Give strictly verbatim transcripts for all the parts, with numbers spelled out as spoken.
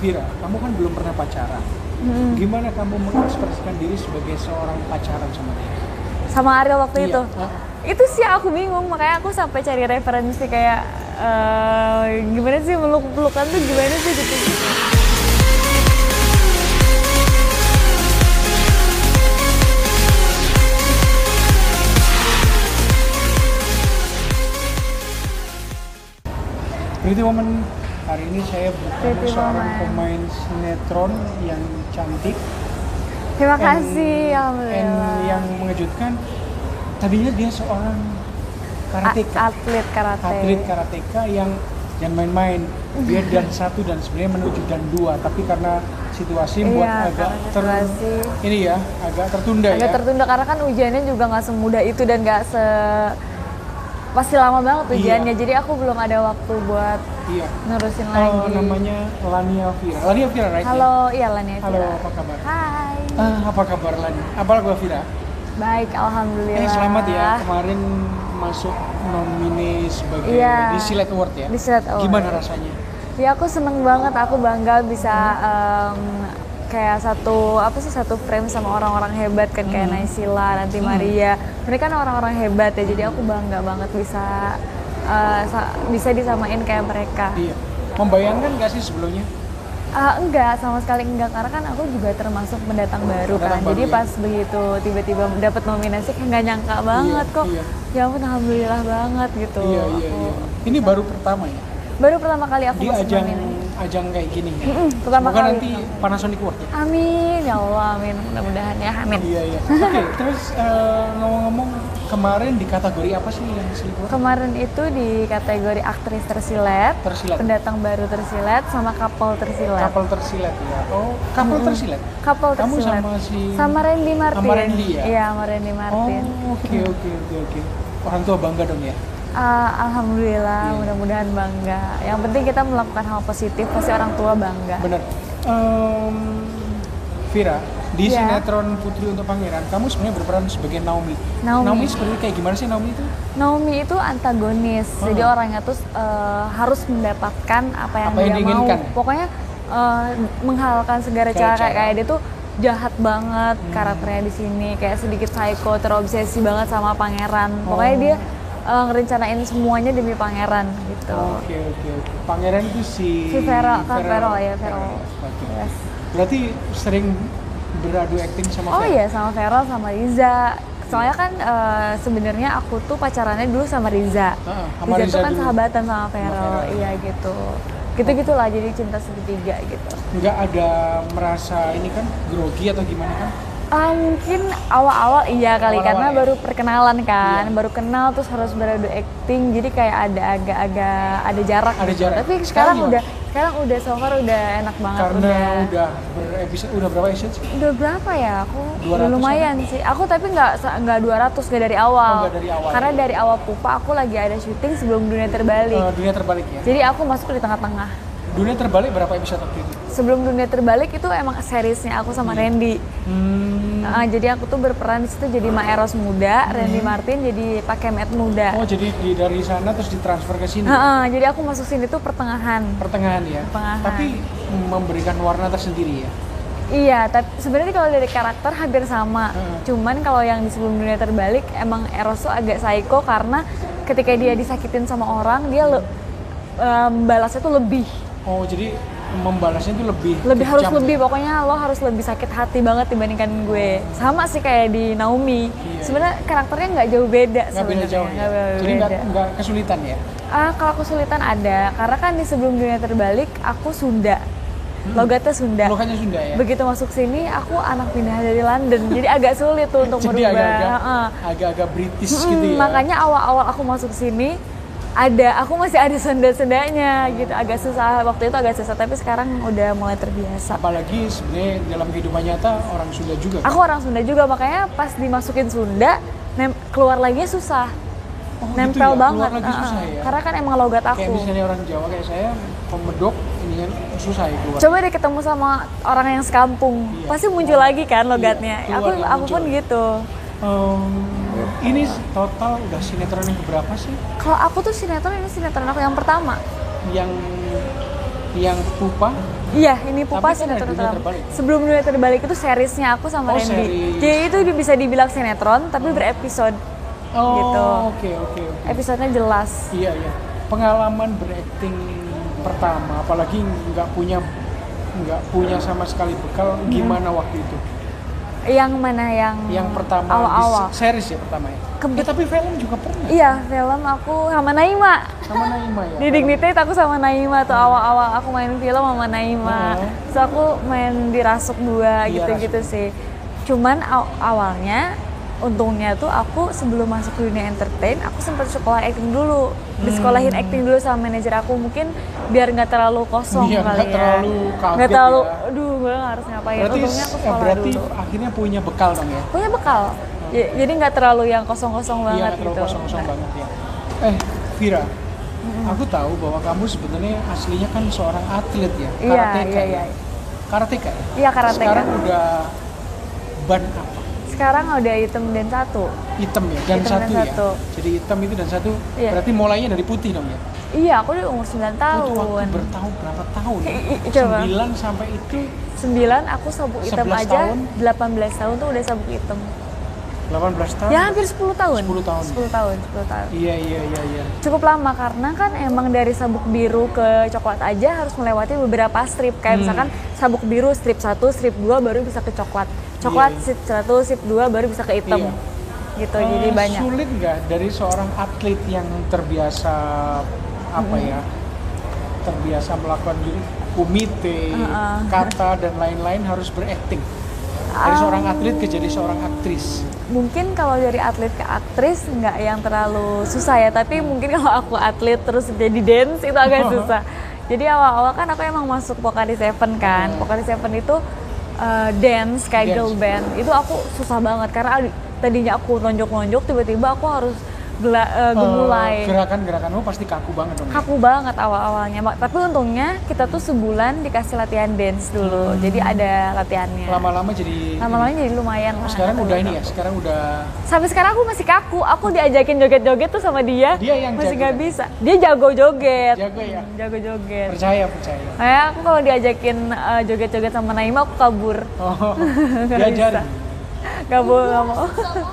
Vira, kamu kan belum pernah pacaran. Hmm. Gimana kamu mengekspresikan diri sebagai seorang pacaran sama dia? Sama Ariel waktu iya. itu? Hah? Itu sih aku bingung, makanya aku sampai cari referensi kayak uh, gimana sih meluk-pelukan tuh gimana sih gitu. Pretty Woman, hari ini saya bertemu seorang pemain sinetron yang cantik. Terima kasih, alhamdulillah. Yang mengejutkan, tadinya dia seorang karateka. Atlet karate. Atlet karateka yang jangan main-main. Dia dan satu dan sebenarnya menuju dan dua, tapi karena situasi buat iya, agak ter ini ya, agak tertunda agak ya. Agak tertunda karena kan ujiannya juga nggak semudah itu dan nggak se pasti lama banget ujiannya, iya. Jadi aku belum ada waktu buat iya. nerusin uh, lagi. Namanya Lania Vira. Lania Vira, right? Halo, ya? Iya Lania Vira. Halo, apa kabar? Hai. Uh, apa kabar Lania? Apa kabar Vira? Baik, alhamdulillah. Eh, selamat ya, kemarin masuk nomine sebagai iya. di Silat Award ya? Di Silat Award. Gimana rasanya? Ya aku seneng banget, aku bangga bisa um, kayak satu apa sih satu frame sama orang-orang hebat kan, kayak hmm. Naysila, nanti hmm. Maria. Mereka kan orang-orang hebat ya, jadi aku bangga banget bisa uh, bisa disamain kayak mereka. Iya. Membayangkan nggak sih sebelumnya? Uh, enggak, sama sekali enggak, karena kan aku juga termasuk pendatang baru pendatang kan. Baru, jadi ya? Pas begitu tiba-tiba dapat nominasi kayak nggak nyangka banget iya, kok. Iya. Ya ampun, alhamdulillah banget gitu. Iya, iya, iya. Ini baru pertama ya? Baru pertama kali aku di masuk ajang, nominasi. ajang kayak gini ya? Mm-mm, pertama Semoga kali. nanti Panasonic Award ya? Amin, ya Allah, amin. Mudah-mudahan ya, amin. Iya, iya. Oke, okay, terus uh, ngomong-ngomong, kemarin di kategori apa sih yang seliput? Kemarin itu di kategori aktris tersilet, tersilet. pendatang baru tersilet, sama couple tersilet. Couple tersilet ya? Oh, couple hmm. tersilet? Couple Kamu tersilet. sama si... Sama Randy Martin. Sama Randy ya? Iya, sama Randy Martin. Oh, oke, oke, oke, oke. Orang tua bangga dong ya? Uh, Alhamdulillah, yeah. Mudah-mudahan bangga. Yang penting kita melakukan hal positif, pasti orang tua bangga. Bener. Um, Vira, di yeah. sinetron Putri Untuk Pangeran, kamu sebenarnya berperan sebagai Naomi. Naomi. Naomi sebenarnya kayak gimana sih Naomi itu? Naomi itu antagonis, oh. jadi orangnya tuh uh, harus mendapatkan apa yang apa dia yang mau. Pokoknya uh, menghalalkan segala cara, cara. Kayak dia tuh jahat banget hmm. karakternya di sini, kayak sedikit psycho, terobsesi banget sama pangeran. Pokoknya oh. dia uh, ngerencanain semuanya demi pangeran gitu. Oke okay, oke okay, oke. Okay. Pangeran itu si si Vero, Kak Vero ya, Vero. Okay. Yes. Berarti sering beradu acting sama Oh Vero? iya, sama Vero, sama Riza. Soalnya kan uh, sebenarnya aku tuh pacarannya dulu sama Riza. Ah, sama Riza, Riza tuh kan dulu. sahabatan sama Vero. Sama Vero. Iya gitu. Gitu-gitulah, jadi cinta segitiga gitu. Nggak ada merasa ini kan grogi atau gimana kan? Uh, mungkin awal-awal iya kali, awal-awal karena ya? baru perkenalan kan, iya. baru kenal terus harus beradu acting, jadi kayak ada agak-agak ada jarak. Ada gitu. jarak. Tapi sekarang udah, sekarang udah so far udah enak banget. Karena udah, udah berepisode, udah berapa episode sih? Udah berapa ya? Aku dua ratus lumayan kan? sih. Aku tapi nggak nggak dua ratus nggak dari awal. Oh, dari awal. Karena ya. dari awal Pupa aku lagi ada syuting sebelum Dunia Terbalik. Uh, dunia Terbalik ya. Jadi aku masuk di tengah-tengah. Dunia Terbalik berapa episode waktu itu? Sebelum Dunia Terbalik itu emang seriesnya aku sama hmm. Randy. Hmm. Uh, jadi aku tuh berperan di situ jadi Maeros muda, hmm. Randy Martin jadi Pak Kemet muda. Oh, jadi di, dari sana terus ditransfer ke sini. Uh, uh, jadi aku masuk sini tuh pertengahan. Pertengahan ya. Pertengahan. Tapi memberikan warna tersendiri ya. Iya, tapi sebenarnya kalau dari karakter hampir sama. Hmm. Cuman kalau yang di sebelum Dunia Terbalik emang Eros tuh agak psycho karena ketika dia disakitin sama orang, dia le- um, balasnya tuh lebih. Oh, jadi membalasnya itu lebih lebih harus jam, lebih ya? Pokoknya lo harus lebih sakit hati banget dibandingkan gue. Sama sih kayak di Naomi. Iya, sebenarnya iya. karakternya nggak jauh beda sebenarnya. Jauh, ya? Jadi nggak kesulitan ya? Ah, kalau kesulitan ada, karena kan di sebelum Dunia Terbalik aku Sunda. Hmm. Logatnya Sunda. Logatnya Sunda ya. Begitu masuk sini aku anak pindah dari London. Jadi agak sulit tuh untuk jadi merubah. Agak-agak, uh. agak-agak British hmm, gitu ya. Makanya awal-awal aku masuk sini ada, aku masih ada senda-sendanya gitu, agak susah, waktu itu agak susah, tapi sekarang udah mulai terbiasa. Apalagi sebenarnya dalam kehidupan nyata orang Sunda juga kan? Aku orang Sunda juga, makanya pas dimasukin Sunda, nem- keluar lagi susah. Oh, nempel gitu ya? banget, Keluar lagi susah ya? Karena kan emang logat aku. Kayak misalnya orang Jawa kayak saya, pemedok, ini kan susah ya keluar. Coba deh ketemu sama orang yang sekampung, iya. pasti muncul lagi kan logatnya. Iya, aku aku pun gitu. Um, ini total udah sinetron yang berapa sih? Kalau aku tuh sinetron ini sinetron aku yang pertama. Yang Yang Pupa? Iya, ini Pupa Tapi kan ada sinetron Dunia utama. Terbalik. Sebelum Dunia Terbalik itu seriesnya aku sama Oh, Randy. series. Jadi itu bisa dibilang sinetron tapi berepisode. Oh, Gitu. oke oke oke. Episodenya jelas. Iya iya. Pengalaman berakting pertama, apalagi nggak punya nggak punya sama sekali bekal, Hmm. gimana waktu itu? Yang mana yang Yang pertama awal-awal? di se- series ya pertama ya. Kebet- Ya, tapi film juga pernah. Iya, film aku sama Naima. Sama Naima ya. Di Dignitate aku sama Naima tuh awal-awal aku main film sama Naima. Oh. Terus aku main di Rasuk dua Iya, gitu-gitu sih. Cuman aw- awalnya untungnya tuh aku sebelum masuk ke dunia entertain aku sempat sekolah acting dulu. Disekolahin Hmm. acting dulu sama manajer aku, mungkin biar nggak terlalu kosong Iya, kali nggak ya. terlalu kaget Nggak terlalu, ya. aduh gue nggak harus ngapain. Berarti Untungnya aku eh, sekolah berarti dulu. akhirnya punya bekal dong ya. Punya bekal. Ya, jadi nggak terlalu yang kosong-kosong Iya, banget nggak terlalu gitu. kosong-kosong Nah, banget ya. Eh, Vira, aku tahu bahwa kamu sebenarnya aslinya kan seorang atlet ya, Iya, karateka. iya, ya? iya. Karateka ya? Iya, karateka. Sekarang udah ban apa? Sekarang udah hitam dan satu. Hitam ya, dan Hitam satu dan ya. satu. Jadi hitam itu dan satu, Iya. berarti mulainya dari putih dong ya? Iya, aku udah umur sembilan Itu waktu tahun. bertahun berapa tahun ya? I- i- coba. sembilan sampai itu sembilan aku sabuk hitam sebelas aja, tahun. delapan belas tahun tuh udah sabuk hitam. delapan belas tahun. Ya hampir sepuluh tahun. sepuluh tahun. sepuluh tahun, sepuluh tahun. Iya, iya, iya, iya. Cukup lama karena kan emang dari sabuk biru ke coklat aja harus melewati beberapa strip. Kayak Hmm. misalkan sabuk biru strip satu, strip dua baru bisa ke coklat. Coklat Iya, iya. strip satu, strip dua baru bisa ke hitam. Iya. Gitu, Eh, jadi banyak. Sulit nggak dari seorang atlet yang terbiasa apa ya, terbiasa melakukan kumite, Uh-uh. kata dan lain-lain harus berakting. Dari Um, seorang atlet ke jadi seorang aktris. Mungkin kalau dari atlet ke aktris nggak yang terlalu susah ya, tapi mungkin kalau aku atlet terus jadi dance itu agak susah. Jadi awal-awal kan aku emang masuk Pokari Seven kan, Pokari Seven itu uh, dance kayak Dance. girl band, itu aku susah banget karena adi- tadinya aku nonjok-nonjok, tiba-tiba aku harus gela- uh, gemulai. Eh, gerakan-gerakanmu pasti kaku banget dong. ya? Kaku banget awal-awalnya, Ma- tapi untungnya kita tuh sebulan dikasih latihan dance dulu, jadi ada latihannya. Lama-lama jadi. Lama-lama jadi lumayan lah. Sekarang gitu. udah ini ya, sekarang udah. Sampai sekarang aku masih kaku, aku diajakin joget-joget tuh sama dia, Dia yang masih jago nggak ya? bisa. Dia jago joget, Jago ya? Hmm, jago joget. Percaya, percaya. Kayak aku kalau diajakin uh, joget-joget sama Naima aku kabur, Oh, Nggak diajarin. nggak mau, nggak mau,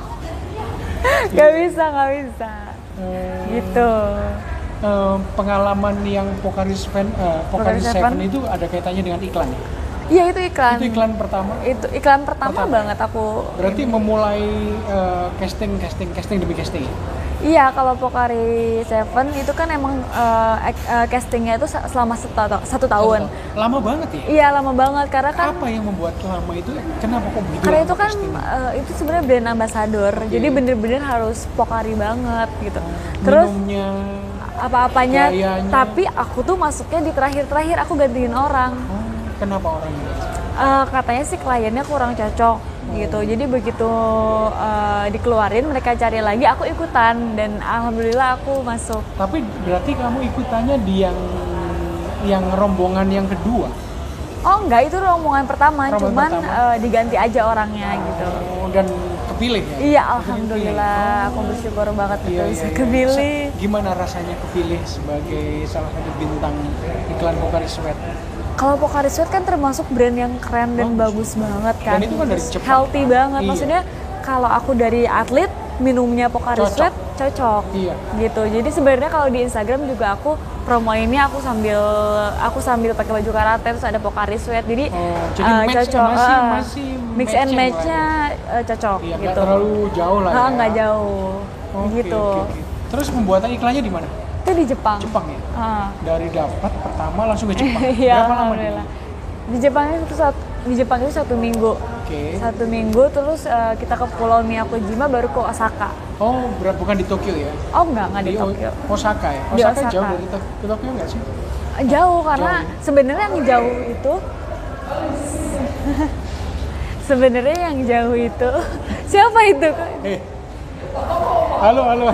nggak bisa, nggak bisa, Eh, gitu. eh, pengalaman yang Pokari Seven, eh, Pokari Pokari Seven Seven. itu ada kaitannya dengan iklan ya? Iya itu iklan. Itu iklan pertama. Itu iklan pertama, Pertama. banget aku. Berarti memulai eh, casting, casting, casting demi casting. Iya, kalau Pokari Seven itu kan emang uh, ek- uh, castingnya itu sa- selama satu, ta- satu tahun. Lama banget ya? Iya lama banget karena kan Apa yang membuat lama itu? Kenapa kok begitu karena lama itu kan casting? uh, itu sebenarnya brand ambassador, Oke. jadi bener-bener harus Pokari banget gitu. Terus Minumnya, apa-apanya, gayanya. tapi aku tuh masuknya di terakhir-terakhir, aku gantiin orang. oh, kenapa orang ini? Uh, katanya sih kliennya kurang cocok gitu, jadi begitu uh, dikeluarin mereka cari lagi, aku ikutan dan alhamdulillah aku masuk. Tapi berarti kamu ikutannya di yang yang rombongan yang kedua? Oh enggak, itu rombongan pertama, Rombongan cuman pertama. uh, diganti aja orangnya gitu. Oh, dan kepilih ya? Iya, alhamdulillah, aku bersyukur banget Iya, itu iya, bisa iya. kepilih. Se- Gimana rasanya kepilih sebagai salah satu bintang iklan Pokari Sweat? Kalau Pokari Sweat kan termasuk brand yang keren dan Bagus. bagus banget kan. Dan itu kan dari Terus Jepang, healthy kan? banget. Iya. Maksudnya kalau aku dari atlet minumnya Pokari Cocok. Sweat cocok. Iya. Gitu. Jadi sebenarnya kalau di Instagram juga aku promo ini aku sambil aku sambil pakai baju karate terus ada Pokari Sweat. Jadi, Oh, jadi eh, match- cocok. masih- eh, masih mix and matching lah match-nya eh, cocok Iya, nggak gitu. terlalu jauh lah Ah, ya? nggak jauh. Oke, gitu. oke, oke. Terus pembuatan iklannya di mana? Itu di Jepang. Jepang ya? Ah. Dari dapat pertama langsung ke Jepang. Iya, Berapa lama di? alhamdulillah. Di Jepang itu satu di Jepang itu satu minggu. Oke. Satu minggu terus eh, kita ke Pulau Miyakojima baru ke Osaka. Oh, berat bukan di Tokyo ya? Oh enggak, enggak di O- Tokyo. Osaka ya? Di Osaka, Osaka. jauh dari To- ke Tokyo nggak sih? Jauh karena sebenarnya yang jauh itu sebenarnya yang jauh itu siapa itu? Eh, halo, halo.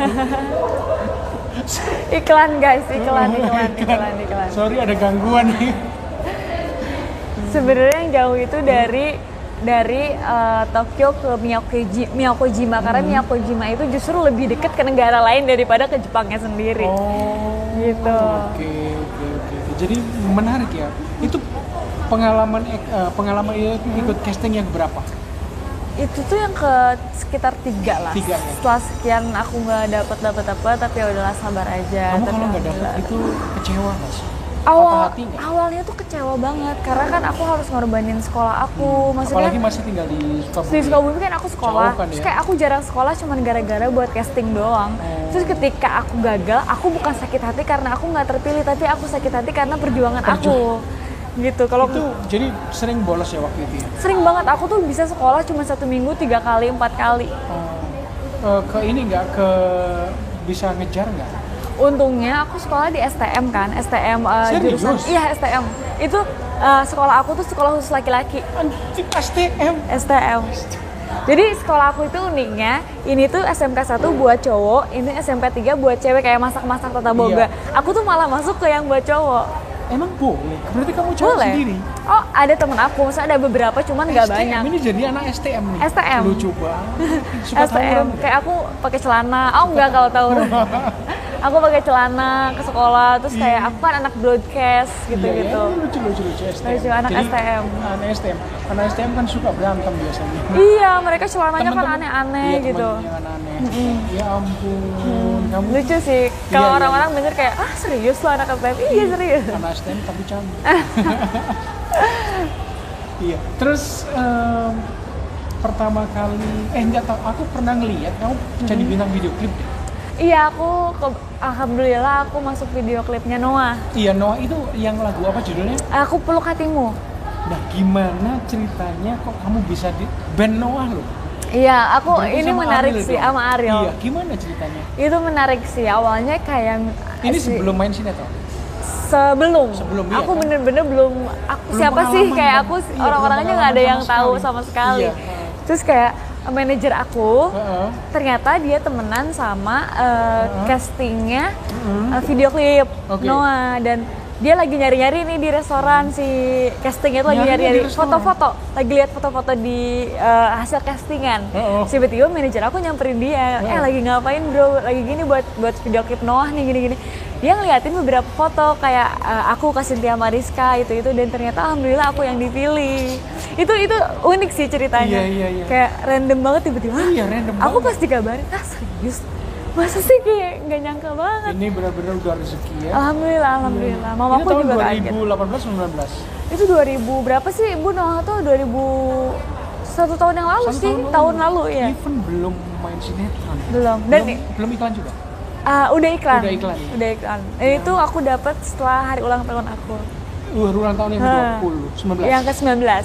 Iklan guys, iklan, iklan, iklan, iklan. Sorry ada gangguan nih. Sebenarnya yang jauh itu dari dari eh, Tokyo ke Miyakojima, Miyakojima karena Hmm. Miyakojima itu justru lebih dekat ke negara lain daripada ke Jepangnya sendiri. Oh, Gitu. Oke, oke, oke. jadi menarik ya. Itu pengalaman uh, pengalaman itu ikut casting yang berapa? Itu tuh yang ke sekitar tiga lah. Tiga, ya? Setelah sekian aku nggak dapet dapet dapet, tapi ya udahlah sabar aja. Kamu tapi kalau nggak dapet alhamdulillah. itu kecewa nggak sih? Awal Patah hati nggak? awalnya tuh kecewa banget karena kan aku harus ngorbanin sekolah aku. Maksudnya Apalagi masih tinggal di Sukabumi. di Sukabumi kan aku sekolah, Jauh kan, terus ya? kayak aku jarang sekolah cuman gara-gara buat casting doang. Oh. Terus ketika aku gagal, aku bukan sakit hati karena aku nggak terpilih, tapi aku sakit hati karena perjuangan aku. Perjuangan. Gitu. Kalau Itu jadi sering bolos ya waktu itu ya? sering banget, aku tuh bisa sekolah cuma satu minggu tiga kali, empat kali. Oh. Eh, ke ini nggak ke bisa ngejar nggak? Untungnya aku sekolah di S T M kan, S T M uh, Serius? jurusan. Iya S T M. Itu uh, sekolah aku tuh sekolah khusus laki-laki. Anjir, S T M. S T M. Jadi sekolah aku itu uniknya, ini tuh S M K satu buat cowok, ini S M K tiga buat cewek kayak masak-masak tata boga. Iya. Aku tuh malah masuk ke yang buat cowok. Emang boleh? Berarti kamu cowok Boleh. sendiri? Oh, ada temen aku, maksudnya ada beberapa cuman nggak S T M banyak. ini jadi anak S T M nih? S T M. Lucu banget. Suka S T M, tawuran nggak? kayak aku pakai celana, oh enggak kalau tahu. Aku pakai celana ke sekolah, terus kayak aku kan anak broadcast gitu-gitu. Iya, iya, lucu, lucu, lucu S T M. Lucu, anak Jadi, S T M. Anak S T M. Anak S T M kan suka berantem biasanya. Iya, mereka celananya kan Temen-temen- aneh-aneh iya, gitu. temen yang aneh-aneh. Ya ampun, kamu Lucu sih, kalau Iya, iya, orang-orang denger kayak, ah serius lo anak S T M? Iya serius. anak S T M tapi cantik. Iya. Terus em, pertama kali, eh nggak tahu, aku pernah ngeliat kamu jadi bintang video klip deh. Iya, aku ke- alhamdulillah aku masuk video klipnya Noah. Iya, Noah itu yang lagu apa judulnya? Aku peluk hatimu. Nah, gimana ceritanya kok kamu bisa di band Noah loh? Iya, aku Berarti ini sama menarik Ariel sih dong? sama Ariel. Iya, gimana ceritanya? Itu menarik sih. Awalnya kayak Ini si- sebelum main sinetron. sebelum, Sebelum, iya aku kan? bener-bener belum aku Belum siapa sih pengalaman kayak kan? aku Iya, orang-orang aja belum nggak ada pengalaman yang sama tahu sekali. sama sekali. Iya. Terus kayak manajer aku Heeh. ternyata dia temenan sama uh, castingnya Mm-hmm. uh, video klip Oke. Noah, dan dia lagi nyari-nyari nih di restoran, si castingnya tuh lagi Nyarinya nyari-nyari di restoran? foto-foto, lagi lihat foto-foto di uh, hasil castingan. Oh, oh. Tiba-tiba manajer aku nyamperin dia, eh Oh. lagi ngapain bro, lagi gini buat buat video klip Noah nih gini-gini. Dia ngeliatin beberapa foto kayak uh, aku ke Cynthia Mariska itu itu dan ternyata alhamdulillah aku yang dipilih. Itu itu unik sih ceritanya. Iya, iya, iya. Kayak random banget tiba-tiba. "Hah, Iya, random Aku banget. pas dikabarin, ah serius? Masa sih kayak nggak nyangka banget. Ini benar-benar udah rezeki ya. Alhamdulillah, alhamdulillah. Mama Ini aku tahun juga dua kaget. ribu delapan belas sembilan belas. Itu dua ribu berapa sih Ibu Noah tuh? dua ribu satu tahun yang lalu Satu sih, tahun lalu ya. Even belum main sinetron. Belum. Dan belum, belum iklan juga. ah, udah iklan. Udah iklan. Udah iklan. Eh, Itu aku dapat setelah hari ulang tahun aku. Uh, ulang tahun yang ke dua puluh, sembilan belas. Yang ke sembilan belas.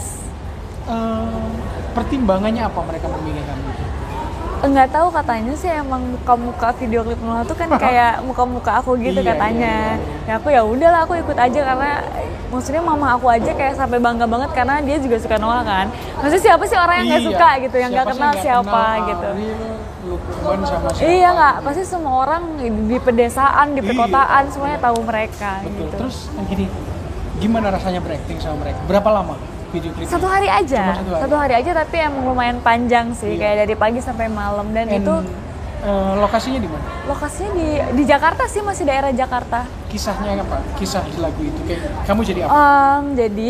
Eh, pertimbangannya apa mereka memilih kamu? Enggak tahu, katanya sih emang muka-muka video klip Noah tuh kan kayak muka-muka aku gitu Iya, katanya. iya, Ya aku ya udahlah aku ikut aja karena maksudnya mama aku aja kayak sampai bangga banget karena dia juga suka Noah kan. Maksudnya siapa sih orang yang nggak Iya. suka gitu, yang nggak Siapa sih kenal nggak siapa kenal, gitu. Ariel, Lukman sama siapa? Iya nggak, pasti semua orang di pedesaan, di Iya. perkotaan semuanya tahu mereka Betul. gitu. Terus yang gini, gimana rasanya berakting sama mereka? Berapa lama video klip? Satu hari aja, Cuma satu hari? satu hari aja tapi emang lumayan panjang sih, Iya. kayak dari pagi sampai malam dan And, itu eh, lokasinya di mana? lokasinya di di Jakarta sih, masih daerah Jakarta. Kisahnya apa? Kisah di lagu itu kayak kamu jadi apa? Em, jadi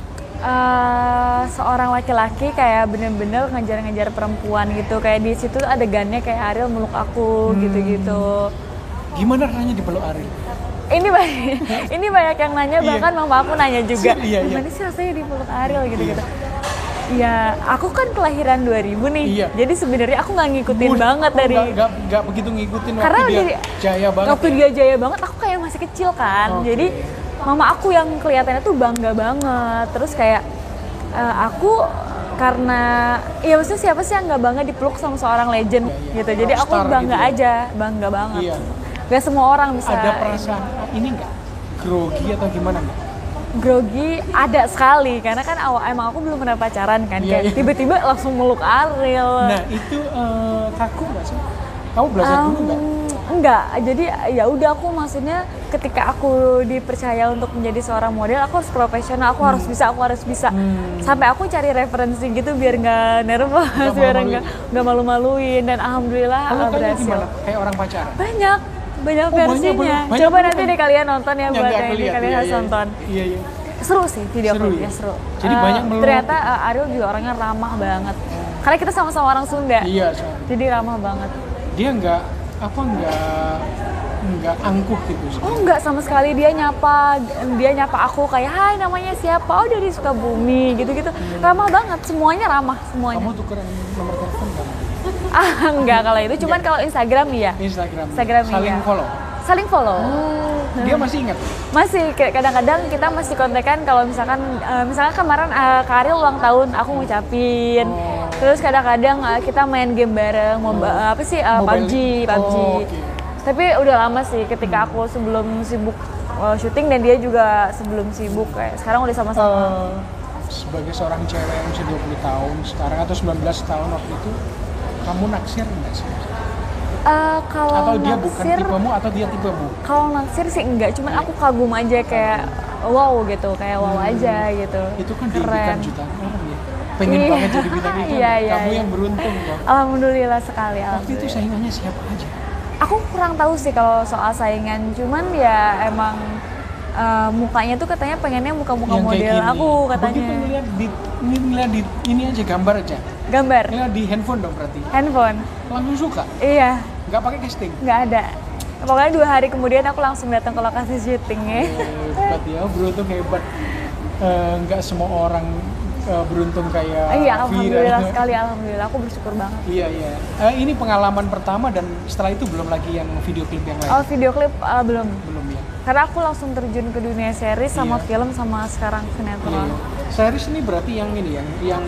eh, seorang laki-laki kayak bener-bener ngejar-ngejar perempuan gitu, kayak di situ adegannya kayak Ariel meluk aku Hmm. gitu-gitu. Gimana rasanya dipeluk Ariel? Ini banyak, ini banyak yang nanya, Iya. bahkan mama aku nanya juga, Iya, iya. gimana sih rasanya dipeluk Ariel gitu-gitu. Ya, aku kan kelahiran dua ribu nih, Iya. jadi sebenarnya aku nggak ngikutin Mudah- banget oh, dari nggak, nggak, nggak begitu ngikutin karena waktu dia dari- jaya banget. waktu ya? dia jaya banget, aku kayak masih kecil kan, Oke. jadi mama aku yang kelihatannya tuh bangga banget, terus kayak eh, aku karena ya maksudnya siapa sih yang nggak bangga dipeluk sama seorang legend Iya, iya. gitu, jadi aku Rockstar bangga gitu ya. aja, bangga banget. Iya. Gak semua orang bisa. Ada perasaan ah, ini nggak grogi atau gimana nggak? Grogi ada sekali karena kan awal emang aku belum pernah pacaran kan, Iya, kayak iya. tiba-tiba langsung meluk Ariel. Nah itu eh, kaku nggak sih? Kamu belajar dulu nggak? Um, enggak, jadi ya udah aku maksudnya ketika aku dipercaya untuk menjadi seorang model, aku harus profesional, aku harus bisa, aku harus bisa. Hmm. Sampai aku cari referensi gitu biar nggak nervous, Nggak biar malu-maluin. nggak nggak malu-maluin, dan alhamdulillah Kamu uh, kayaknya berhasil. gimana? Kayak orang pacaran? Banyak, banyak Oh, banyak, versinya. banyak, banyak Coba banget. nanti deh kalian nonton ya, Ya, buat nggak yang ini lihat, kalian iya, harus iya. nonton. Iya, iya. Seru sih video Seru klipnya, ya? seru. Jadi Eh, banyak melulu. ternyata eh, Ariel juga orangnya ramah banget. Karena kita sama-sama orang Sunda. Iya, San. Jadi ramah banget. Dia nggak apa nggak nggak angkuh gitu sih. Oh enggak sama sekali, dia nyapa, dia nyapa aku kayak hai namanya siapa, oh dari Sukabumi gitu-gitu. Ramah banget, semuanya ramah semuanya. Kamu tukeran nomor telepon kan? Ah enggak kalau itu, cuman kalau Instagram iya. Instagram. Instagram Saling iya. follow. Saling follow. Dia masih ingat. Masih kayak kadang-kadang kita masih kontekan kalau misalkan eh, misalkan kemarin uh, Kak Ariel ulang tahun aku ngucapin. Oh. Terus kadang-kadang eh, kita main game bareng, mau apa sih eh, Mobile- P U B G, P U B G. Oh, oke. Tapi udah lama sih ketika aku sebelum sibuk uh, syuting dan dia juga sebelum sibuk kayak sekarang udah sama-sama. Eh, sebagai seorang cewek yang usia dua puluh tahun sekarang atau sembilan belas tahun waktu itu, kamu naksir nggak sih? Eh, kalau Atau dia bukan naksir, tipemu atau dia tipemu? kalau naksir sih enggak, cuman aku kagum aja kayak wow gitu, kayak wow Hmm. aja gitu. Itu kan keren. diimpikan jutaan orang ya. Pengen Iya. banget jadi bintang itu. Iya, iya, Kamu iya. yang beruntung kok. Alhamdulillah sekali. Waktu itu Alhamdulillah. saingannya siapa aja? Aku kurang tahu sih kalau soal saingan, cuman ya emang eh, mukanya tuh katanya pengennya muka-muka Yang kayak model gini. aku katanya. Begitu ngeliat di ini ngeliat di ini aja gambar aja. Gambar, Ngeliat di handphone dong berarti. handphone. Langsung suka. Iya, Nggak pakai casting. nggak ada. Pokoknya dua hari kemudian aku langsung datang ke lokasi syutingnya. Hebat ya, beruntung hebat. Eh, nggak semua orang eh, beruntung kayak Iya, Vira. alhamdulillah sekali, alhamdulillah. Aku bersyukur banget. Iya iya. Eh, ini pengalaman pertama dan setelah itu belum lagi yang video klip yang lain. Oh, video klip eh, belum. Belum ya. Karena aku langsung terjun ke dunia series sama Iya. film sama sekarang Iya, sinetron. iya. Series ini berarti yang ini yang yang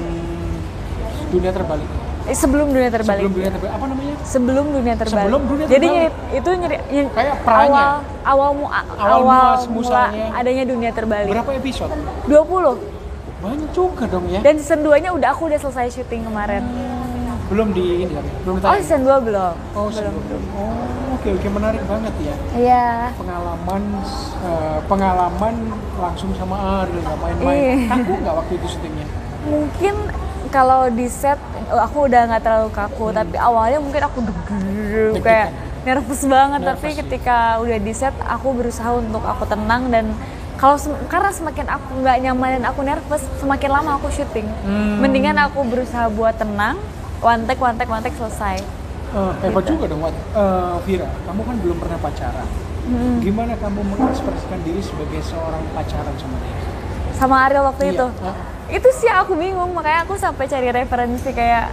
dunia terbalik. Eh, sebelum dunia terbalik. Sebelum dunia terbalik apa namanya? Sebelum dunia terbalik. Sebelum dunia Jadi terbalik. nyeri- itu nyeri, ny- Kayak perannya. awal awal mu, a- Awal awal muas- mula musalnya. adanya dunia terbalik. Berapa episode? dua puluh. Banyak juga dong ya. Dan season dua-nya udah aku udah selesai syuting kemarin. Belum di ini kan? Belum Oh, tayang. season dua belum. Oh, sebelum. Oh, oke oke menarik banget ya. Iya. Pengalaman eh, pengalaman langsung sama Ariel nggak main-main. Iya. Kaku nggak waktu itu syutingnya? Mungkin kalau di set aku udah nggak terlalu kaku, tapi awalnya mungkin aku deg-deg Deg-degan. kayak nervous banget. Nervous Tapi ya. ketika udah di set, aku berusaha untuk aku tenang dan kalau sem- karena semakin aku nggak nyaman dan aku nervous, semakin lama aku syuting. Hmm. Mendingan aku berusaha buat tenang, one take, one take, one take selesai. Eh, hebat Gitu. juga dong, Wat. Eh, Vira. Kamu kan belum pernah pacaran. Hmm. Gimana kamu mengekspresikan diri sebagai seorang pacaran sama dia? Sama Ariel waktu Iya. itu. Ah. Itu sih aku bingung, makanya aku sampai cari referensi kayak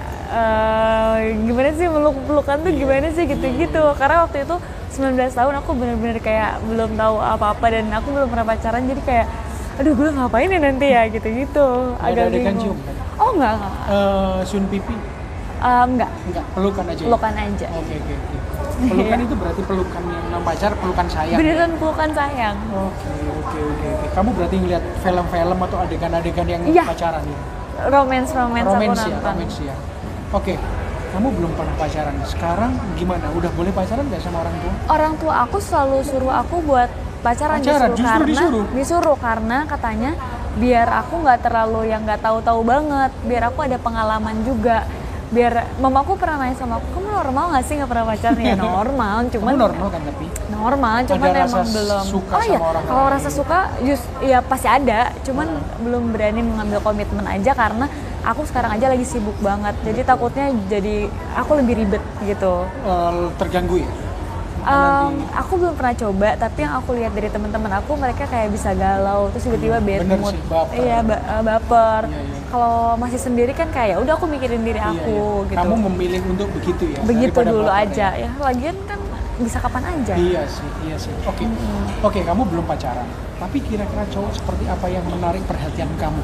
eh, gimana sih meluk-pelukan tuh gimana sih gitu-gitu. Karena waktu itu sembilan belas tahun aku bener-bener kayak belum tahu apa-apa dan aku belum pernah pacaran, jadi kayak aduh gue ngapain ya nanti ya gitu-gitu. Nggak ada Agak adegan bingung. cium kan? Oh enggak, enggak. Eh, Sun Pipi? Eh, enggak, Enggak, pelukan aja. ya? pelukan aja. Oke oke oke. Pelukan itu berarti pelukan yang nama pacar, pelukan sayang. ya? Beneran pelukan sayang. Oke oke oke oke. Kamu berarti ngeliat film-film atau adegan-adegan yang Iya. pacaran ya? Romance-romance aku Romance ya, nonton. romance ya. Oke, kamu belum pernah pacaran. Sekarang gimana? Udah boleh pacaran nggak sama orang tua? Orang tua aku selalu suruh aku buat pacaran, Pacaran, justru justru karena disuruh? disuruh karena katanya biar aku nggak terlalu yang nggak tahu-tahu banget, biar aku ada pengalaman juga. Biar mamaku pernah nanya sama aku, kamu normal nggak sih nggak pernah pacaran? Ya normal, cuman Kamu normal kan tapi? normal, cuman Ada rasa emang belum. suka Oh iya, sama orang kalau lain. rasa suka, just ya pasti ada, cuman belum berani mengambil komitmen aja karena aku sekarang aja lagi sibuk banget. Jadi takutnya jadi aku lebih ribet gitu. Eh, terganggu ya? Um, aku belum pernah coba, tapi yang aku lihat dari teman-teman aku, mereka kayak bisa galau, terus tiba-tiba bad Bener mood. sih, baper. Iya, ba- uh, baper. Iya, iya. Kalau masih sendiri kan kayak udah aku mikirin diri Iya, aku iya. gitu. Kamu memilih untuk begitu ya? Begitu daripada dulu baper aja. ya? Ya, lagian kan bisa kapan aja. Iya sih, iya sih. Oke, oke. Kamu belum pacaran. Tapi kira-kira cowok seperti apa yang menarik perhatian kamu?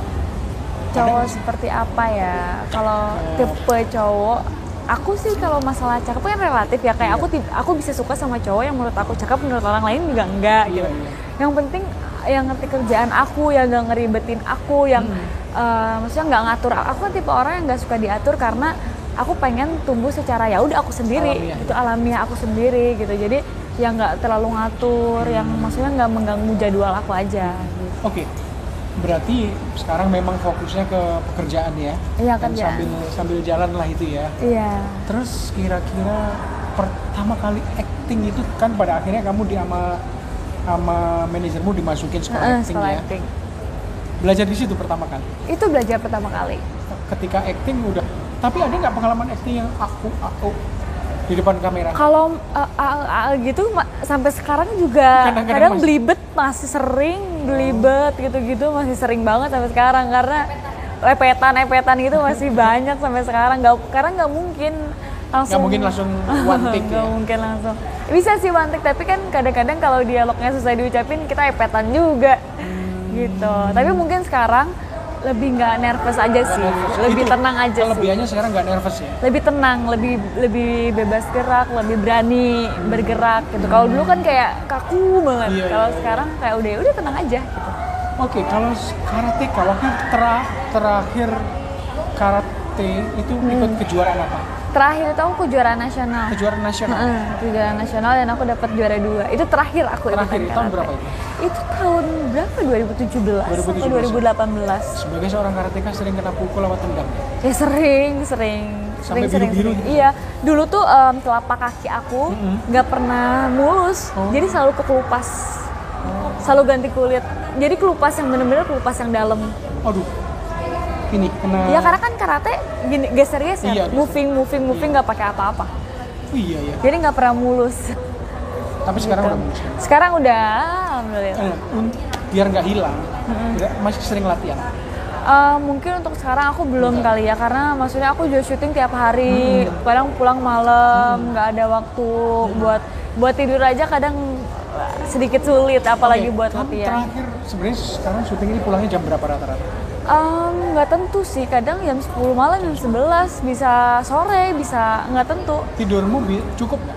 Cowok seperti apa ya? Kalau Oh. tipe cowok, aku sih kalau masalah cakep kan relatif ya. Kayak Iya. aku ti- aku bisa suka sama cowok yang menurut aku cakep, menurut orang lain juga enggak Iya, gitu. iya. Yang penting yang ngerti kerjaan aku, yang gak ngeribetin aku, yang Hmm. eh, maksudnya nggak ngatur. Aku kan tipe orang yang nggak suka diatur karena aku pengen tumbuh secara ya udah aku sendiri, Alamiah. itu alamiah aku sendiri gitu. Jadi yang nggak terlalu ngatur, yang maksudnya nggak mengganggu jadwal aku aja. Gitu. Oke, berarti sekarang memang fokusnya ke pekerjaan ya? Iya, Dan kerjaan. sambil sambil jalan lah itu ya. Iya. Terus kira-kira pertama kali act acting itu kan pada akhirnya kamu di sama sama manajermu dimasukin sekolah Uh, acting sekolah ya. acting. Belajar di situ pertama kali. Itu belajar pertama kali. Ketika acting udah. Tapi ada nggak pengalaman acting yang aku aku di depan kamera? Kalau uh, uh, uh, gitu ma- sampai sekarang juga Kadang-kadang kadang masih- belibet masih sering belibet gitu-gitu masih sering banget sampai sekarang karena lepetan-lepetan gitu masih banyak sampai sekarang. Nggak karena nggak mungkin langsung Nggak mungkin langsung one take nggak ya? mungkin langsung bisa sih one take tapi kan kadang-kadang kalau dialognya susah diucapin kita epetan juga Hmm. gitu tapi mungkin sekarang lebih nggak nervous aja sih Nervous. lebih Itu tenang aja sih Kelebihannya sekarang nggak nervous ya? lebih tenang, lebih lebih bebas gerak, lebih berani bergerak gitu. Kalau dulu kan kayak kaku banget. Iya, Kalau iya, iya. sekarang kayak udah udah tenang aja. Gitu. Oke, kalau karateka waktu tera- terakhir karate itu Hmm. ikut kejuaraan apa? Terakhir itu aku kejuaraan nasional. Kejuaraan nasional. Heeh, kejuaraan nasional dan aku dapat juara dua. Itu terakhir aku Terakhir ikutan tahun karate. berapa itu? Itu tahun berapa? dua ribu tujuh belas dua ribu tujuh belas. atau dua ribu delapan belas? Sebagai seorang karateka sering kena pukul lewat tendang. Ya sering, sering. Sampai Sering, sering, biru-biru sering. gitu? Iya, dulu tuh em, telapak kaki aku nggak pernah mulus, Oh. jadi selalu kekelupas, selalu ganti kulit. Jadi kelupas yang bener-bener kelupas yang dalam. Aduh, ini kena. Ya karena kan karate gini geser-geser, Iya, moving, moving, moving nggak pakai apa-apa. Oh, iya ya. Jadi nggak pernah mulus. Tapi sekarang Gitu. udah mulus. Sekarang udah, alhamdulillah. Eh, un- biar nggak hilang, nggak- masih sering latihan. Eh, mungkin untuk sekarang aku belum kali ya karena maksudnya aku juga syuting tiap hari, kadang pulang malam, nggak ada waktu buat buat tidur aja kadang eh, sedikit sulit, apalagi Oke, buat kamu latihan. Terakhir sebenarnya sekarang syuting ini pulangnya jam berapa rata-rata? Em, nggak tentu sih, kadang jam sepuluh malam, jam sebelas, bisa sore, bisa nggak tentu. Tidurmu bi- cukup nggak?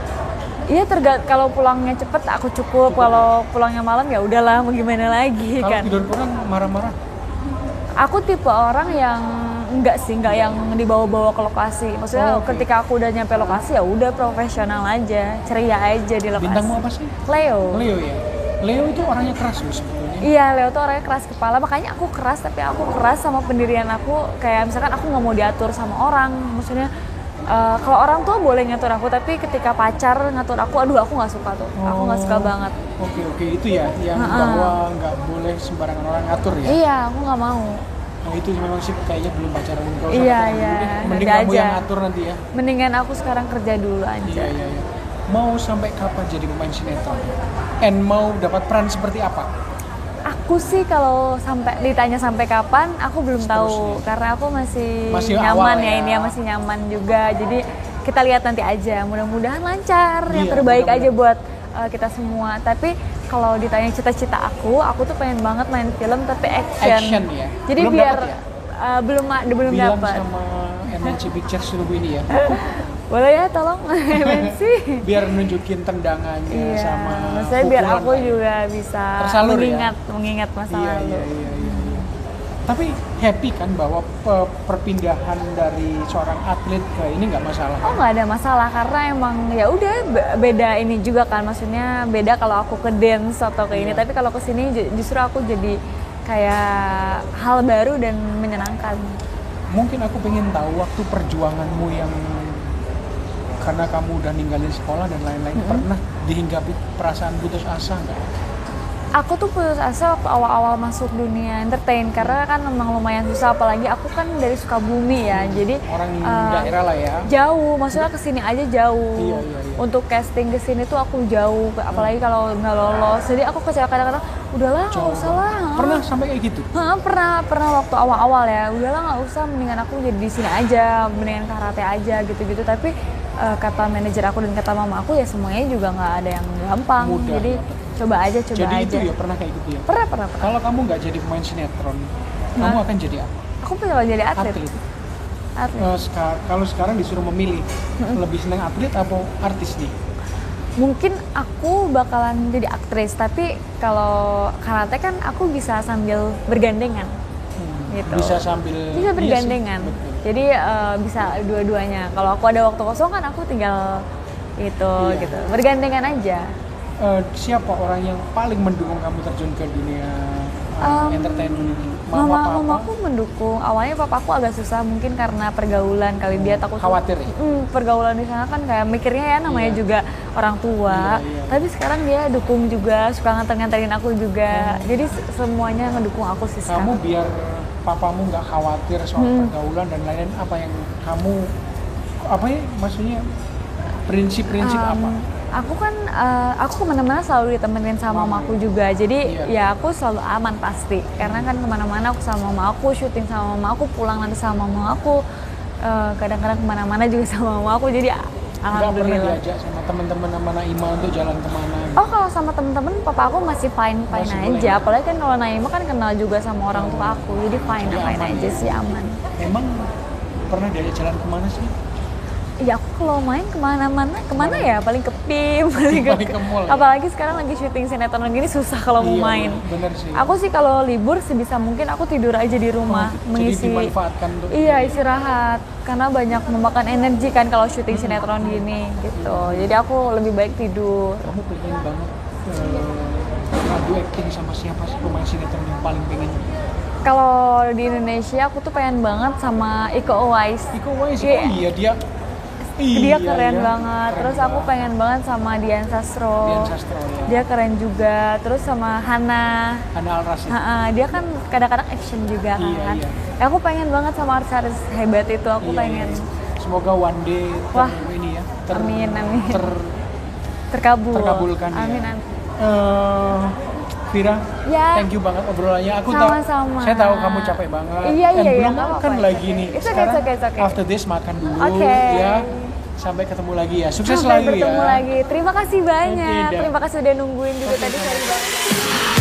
Iya tergantung, kalau pulangnya cepet aku cukup, kalau pulangnya malam ya udahlah mau gimana lagi Kalau kan. tidur kurang marah-marah? Aku tipe orang yang enggak sih, enggak yang dibawa-bawa ke lokasi. Oh, Maksudnya oke. ketika aku udah nyampe lokasi ya udah profesional aja, ceria aja di lokasi. Bintangmu apa sih? Leo. Leo ya? Leo itu orangnya keras loh sebetulnya. Iya, Leo tuh orangnya keras kepala, makanya aku keras, tapi aku keras sama pendirian aku. Kayak misalkan aku nggak mau diatur sama orang, maksudnya eh, kalau orang tua boleh ngatur aku, tapi ketika pacar ngatur aku, aduh aku nggak suka tuh, aku nggak suka Oh, banget. Oke oke itu ya yang Ha-ha. bahwa nggak boleh sembarangan orang ngatur ya. Iya, aku nggak mau. Nah itu memang sih kayaknya belum pacaran kalau sama Iya, pacaran iya, dulu deh. Mending nanti kamu aja. yang ngatur nanti ya. Mendingan aku sekarang kerja dulu aja. Iya iya iya. Mau sampai kapan jadi pemain sinetron? And mau dapat peran seperti apa? Aku sih kalau sampai ditanya sampai kapan, aku belum tahu karena aku masih, Masih nyaman awal ya ya. ini ya masih nyaman juga. Jadi kita lihat nanti aja. Mudah-mudahan lancar, yang Iya, terbaik aja mudah-mudahan. buat uh, kita semua. Tapi kalau ditanya cita-cita aku, aku tuh pengen banget main film tapi action. Action ya? Jadi Belum biar dapet ya? uh, belum ma- belum Bilang dapat. sama M N C Pictures dulu ini ya. Boleh ya tolong M N C. Biar nunjukin tendangannya Iya, sama maksudnya biar pukulan aku lah ya. juga bisa Tersalur ya? mengingat mengingat masa Iya, lalu. iya, iya, iya. Tapi happy kan bahwa pe- perpindahan dari seorang atlet ke ini nggak masalah. Oh nggak ada masalah karena emang ya udah be- beda ini juga kan, maksudnya beda kalau aku ke dance atau ke ini, Iya. tapi kalau ke sini ju- justru aku jadi kayak hal baru dan menyenangkan. Mungkin aku pengen tahu waktu perjuanganmu yang karena kamu udah ninggalin sekolah dan lain-lain, pernah dihinggapi perasaan putus asa nggak? Aku tuh putus asa waktu awal-awal masuk dunia entertain karena kan memang lumayan susah, apalagi aku kan dari Sukabumi ya, jadi Orang eh, daerah lah ya. jauh, maksudnya kesini aja jauh. Iya, iya, iya. Untuk casting kesini tuh aku jauh, apalagi kalau nggak lolos. Jadi aku kecewa kadang-kadang, udahlah nggak Jauh usah banget. lah. Pernah sampai kayak gitu? Heeh, pernah pernah waktu awal-awal ya, udahlah nggak usah, mendingan aku jadi di sini aja, mendingan karate aja gitu-gitu. Tapi eh, kata manajer aku dan kata mama aku ya semuanya juga nggak ada yang gampang. Mudah, Jadi ya. coba aja, coba Jadi aja. itu ya pernah kayak gitu ya? Pernah, pernah, pernah. Kalau kamu nggak jadi pemain sinetron, kamu akan jadi apa? Aku pengen jadi atlet. Atlet. Atlet. Eh, seka- kalau sekarang disuruh memilih, lebih senang atlet atau artis nih? Mungkin aku bakalan jadi aktris, tapi kalau karate kan aku bisa sambil bergandengan. Hmm, Gitu. Bisa sambil Bisa iya sih, bergandengan. betul. Jadi eh, bisa dua-duanya. Kalau aku ada waktu kosong kan aku tinggal itu Iya. gitu. Bergandengan aja. Eh, siapa orang yang paling mendukung kamu terjun ke dunia uh, Um, entertainment ini? Mama, Mama, papa? mamaku mendukung. Awalnya papaku agak susah mungkin karena pergaulan kali dia takut Khawatir ya? Mm, pergaulan di sana kan kayak mikirnya ya namanya Iya. juga orang tua. Iya, iya. Tapi sekarang dia dukung juga, suka nganter-nganterin aku juga. Jadi se- semuanya ngedukung aku sih Kamu sekarang. biar papamu nggak khawatir soal Hmm. pergaulan dan lain-lain, apa yang kamu apa ya maksudnya prinsip-prinsip Um, apa? Aku kan, eh, aku kemana-mana selalu ditemenin sama Mama. mamaku juga. Jadi Iya. ya aku selalu aman pasti. Karena kan kemana-mana aku sama mama aku, syuting sama mama aku, pulang nanti sama mama aku. Eh, kadang-kadang kemana-mana juga sama mama aku. Jadi Nggak pernah alhamdulillah. diajak sama teman-teman sama Naima untuk jalan kemana? Oh kalau sama temen-temen papa aku masih fine fine Masih boleh aja. ya? Apalagi kan kalau Naima kan kenal juga sama orang tua aku. Jadi fine Jadi fine aman aja ya? sih, aman. Emang pernah diajak jalan kemana sih? Ya aku kalau main kemana-mana, kemana ya? Paling ke P I M, paling Paling ke mall ya? Apalagi sekarang lagi syuting sinetron gini susah kalau mau Iya, main. bener sih. Aku sih kalau libur sebisa mungkin aku tidur aja di rumah, Oh, mengisi. jadi dimanfaatkan untuk Iya istirahat, karena banyak memakan energi kan kalau syuting sinetron gini gitu. Jadi aku lebih baik tidur. Kamu pengen banget uh, adu acting sama siapa sih pemain sinetron yang paling pengen? Kalau di Indonesia aku tuh pengen banget sama Iko Uwais. Iko Uwais, Iya. oh iya dia Dia keren iya, banget. keren Terus aku banget. pengen banget sama Dian Sastro. Dian Sastro ya. Dia keren juga. Terus sama Hana. Hana Al-Rasyid. Ha-ha, dia kan kadang-kadang action juga Iya, kan. iya. Ya, aku pengen banget sama artis-artis hebat itu. Aku Iya, pengen iya. Semoga one day ter, Wah. ini ya ter, Amin, amin. ter- terkabul. terkabulkan Amin, ya. amin. Eh, Vira, Ya. thank you banget obrolannya. Aku tahu, Sama-sama. saya tahu kamu capek banget. Iya, Dan iya, iya, belum nggak makan apa-apa, lagi it's okay. nih. It's okay, Sekarang it's okay, it's okay. after this makan dulu Oke. ya. Sampai ketemu lagi ya. Sukses Sampai selalu ya. bertemu lagi. Terima kasih banyak. Oke, dah. Terima kasih udah nungguin juga tadi, sorry banget.